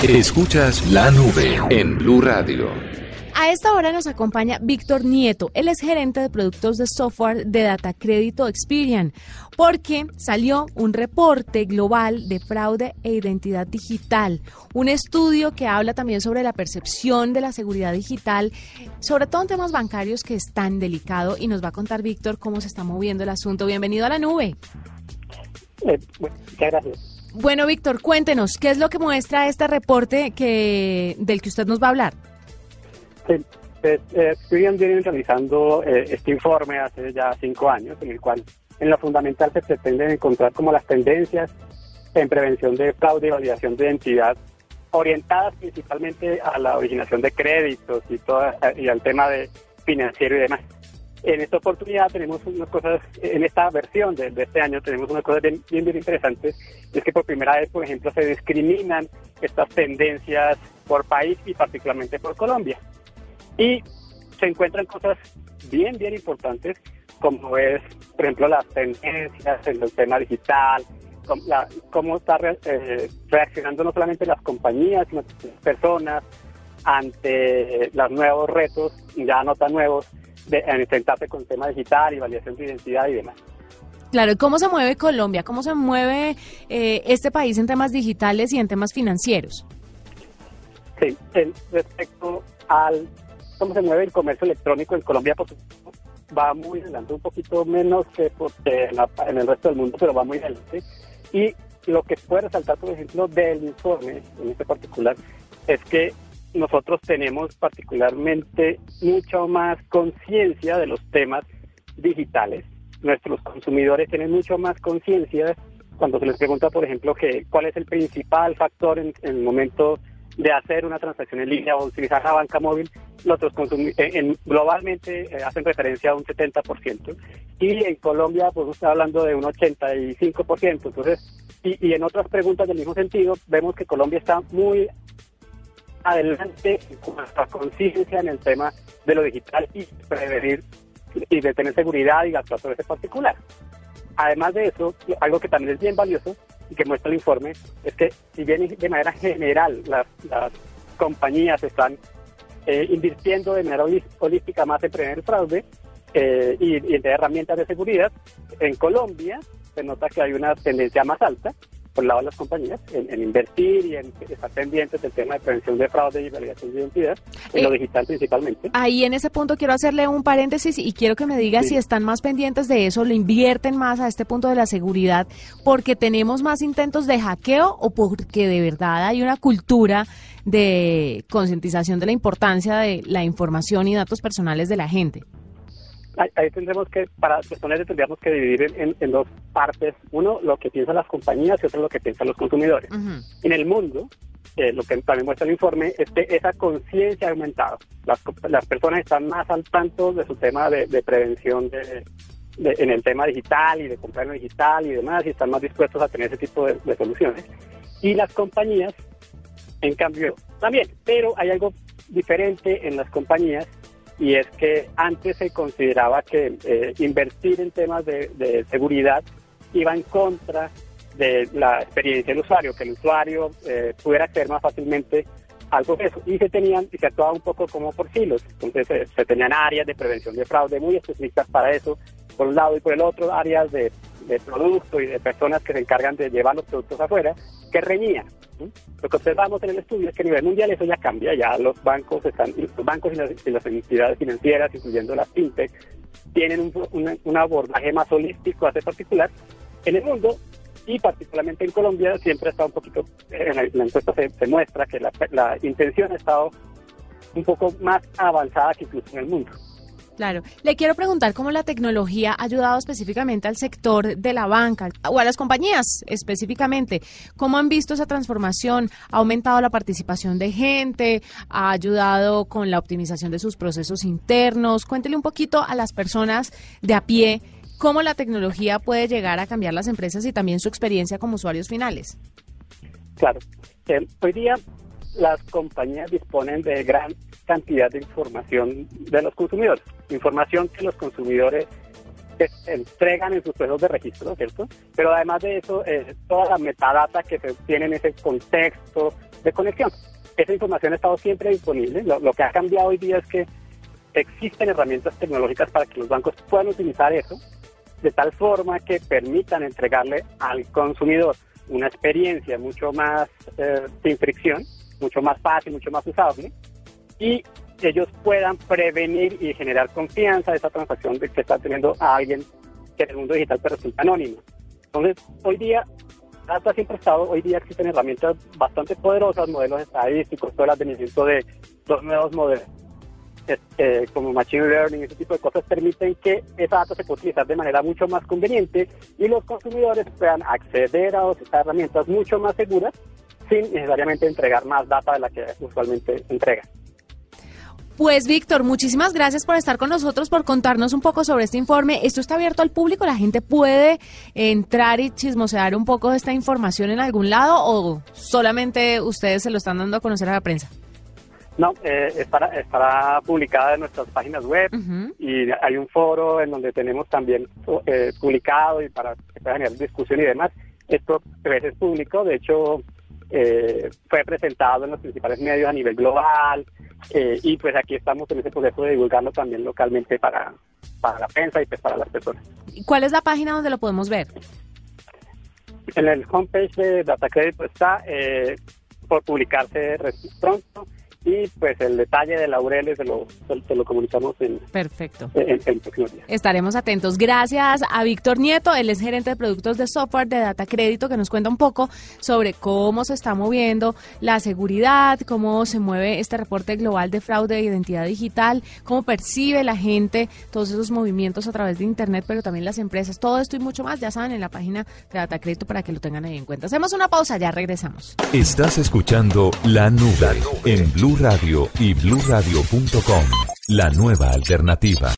Escuchas La Nube en Blue Radio. A esta hora nos acompaña Víctor Nieto. Él es gerente de productos de software de Data Crédito Experian, porque salió un reporte global de fraude e identidad digital, un estudio que habla también sobre la percepción de la seguridad digital, sobre todo en temas bancarios, que es tan delicado, y nos va a contar Víctor cómo se está moviendo el asunto. Bienvenido a La Nube. Muchas gracias. Bueno, Víctor, cuéntenos, ¿qué es lo que muestra este reporte del que usted nos va a hablar? Sí, Experian viene realizando este informe hace ya 5 años, en el cual en lo fundamental se pretende encontrar como las tendencias en prevención de fraude y validación de identidad, orientadas principalmente a la originación de créditos y al tema de financiero y demás. En esta oportunidad tenemos unas cosas, en esta versión de este año tenemos unas cosas bien interesantes, y es que por primera vez, por ejemplo, se discriminan estas tendencias por país y particularmente por Colombia. Y se encuentran cosas bien importantes, como es, por ejemplo, las tendencias en el tema digital, cómo está reaccionando no solamente las compañías, sino las personas ante los nuevos retos, ya no tan nuevos, en enfrentarse con el tema digital y validación de identidad y demás. Claro, ¿y cómo se mueve Colombia? ¿Cómo se mueve este país en temas digitales y en temas financieros? Sí, respecto al cómo se mueve el comercio electrónico en Colombia, pues, va muy adelante, un poquito menos que en el resto del mundo, pero va muy adelante. Y lo que puede resaltar, por ejemplo, del informe, en este particular, es que nosotros tenemos particularmente mucho más conciencia de los temas digitales. Nuestros consumidores tienen mucho más conciencia cuando se les pregunta, por ejemplo, cuál es el principal factor en el momento de hacer una transacción en línea o utilizar la banca móvil. Nosotros globalmente hacen referencia a un 70%, y en Colombia pues está hablando de un 85%. Entonces, y en otras preguntas del mismo sentido, vemos que Colombia está muy adelante con nuestra conciencia en el tema de lo digital y prevenir y de tener seguridad y actuar sobre ese particular. Además de eso, algo que también es bien valioso y que muestra el informe es que, si bien de manera general las compañías están invirtiendo de manera holística más en prevenir fraude y en herramientas de seguridad, en Colombia se nota que hay una tendencia más alta por el lado de las compañías, en invertir y en estar pendientes del tema de prevención de fraude y validación de identidad, en lo digital principalmente. Ahí en ese punto quiero hacerle un paréntesis y quiero que me diga si están más pendientes de eso, lo invierten más a este punto de la seguridad, porque tenemos más intentos de hackeo o porque de verdad hay una cultura de concientización de la importancia de la información y datos personales de la gente. Ahí tendremos que, para responder, tendríamos que dividir en dos partes. Uno, lo que piensan las compañías, y otro, lo que piensan los consumidores. Uh-huh. En el mundo, lo que también muestra el informe es que esa conciencia ha aumentado. Las personas están más al tanto de su tema de prevención en el tema digital y de comprar en lo digital y demás, y están más dispuestos a tener ese tipo de soluciones. Y las compañías, en cambio, también. Pero hay algo diferente en las compañías, y es que antes se consideraba que invertir en temas de seguridad iba en contra de la experiencia del usuario, que el usuario pudiera acceder más fácilmente a algo de eso, y se actuaba un poco como por silos. Entonces se tenían áreas de prevención de fraude muy específicas para eso, por un lado, y por el otro áreas de producto y de personas que se encargan de llevar los productos afuera, que reñían. Lo que observamos en el estudio es que a nivel mundial eso ya cambia, ya los bancos y las entidades financieras, incluyendo las fintech, tienen un abordaje más holístico a ese particular. En el mundo, y particularmente en Colombia, siempre ha estado un poquito, en la encuesta se muestra que la intención ha estado un poco más avanzada que incluso en el mundo. Claro. Le quiero preguntar cómo la tecnología ha ayudado específicamente al sector de la banca o a las compañías específicamente. ¿Cómo han visto esa transformación? ¿Ha aumentado la participación de gente? ¿Ha ayudado con la optimización de sus procesos internos? Cuéntele un poquito a las personas de a pie cómo la tecnología puede llegar a cambiar las empresas y también su experiencia como usuarios finales. Claro. Hoy día las compañías disponen de gran cantidad de información de los consumidores, información que los consumidores entregan en sus procesos de registro, ¿cierto? Pero además de eso, toda la metadata que se obtiene en ese contexto de conexión. Esa información ha estado siempre disponible. Lo que ha cambiado hoy día es que existen herramientas tecnológicas para que los bancos puedan utilizar eso de tal forma que permitan entregarle al consumidor una experiencia mucho más sin fricción, mucho más fácil, mucho más usable, y ellos puedan prevenir y generar confianza de esa transacción de que está teniendo a alguien que en el mundo digital te resulta anónimo. Entonces, hoy día, hasta siempre estado, hoy día existen herramientas bastante poderosas, modelos estadísticos, todo el advenimiento de los nuevos modelos como Machine Learning, ese tipo de cosas permiten que esa data se pueda utilizar de manera mucho más conveniente y los consumidores puedan acceder a estas herramientas mucho más seguras sin necesariamente entregar más data de la que usualmente entregan. Pues Víctor, muchísimas gracias por estar con nosotros, por contarnos un poco sobre este informe. ¿Esto está abierto al público? ¿La gente puede entrar y chismosear un poco de esta información en algún lado o solamente ustedes se lo están dando a conocer a la prensa? No, estará publicada en nuestras páginas web y hay un foro en donde tenemos también publicado y para que pueda generar discusión y demás. Esto es público, de hecho fue presentado en los principales medios a nivel global y pues aquí estamos en ese proceso de divulgarlo también localmente para la prensa y pues para las personas. ¿Cuál es la página donde lo podemos ver? En el homepage de DataCredit está por publicarse pronto. Y pues el detalle de laureles se lo comunicamos en próximos días. Estaremos atentos. Gracias a Víctor Nieto, él es gerente de productos de software de DataCrédito, que nos cuenta un poco sobre cómo se está moviendo la seguridad, cómo se mueve este reporte global de fraude de identidad digital, cómo percibe la gente todos esos movimientos a través de Internet, pero también las empresas. Todo esto y mucho más, ya saben, en la página de DataCrédito para que lo tengan ahí en cuenta. Hacemos una pausa, ya regresamos. Estás escuchando La Nube en Blue Radio y bluradio.com, la nueva alternativa.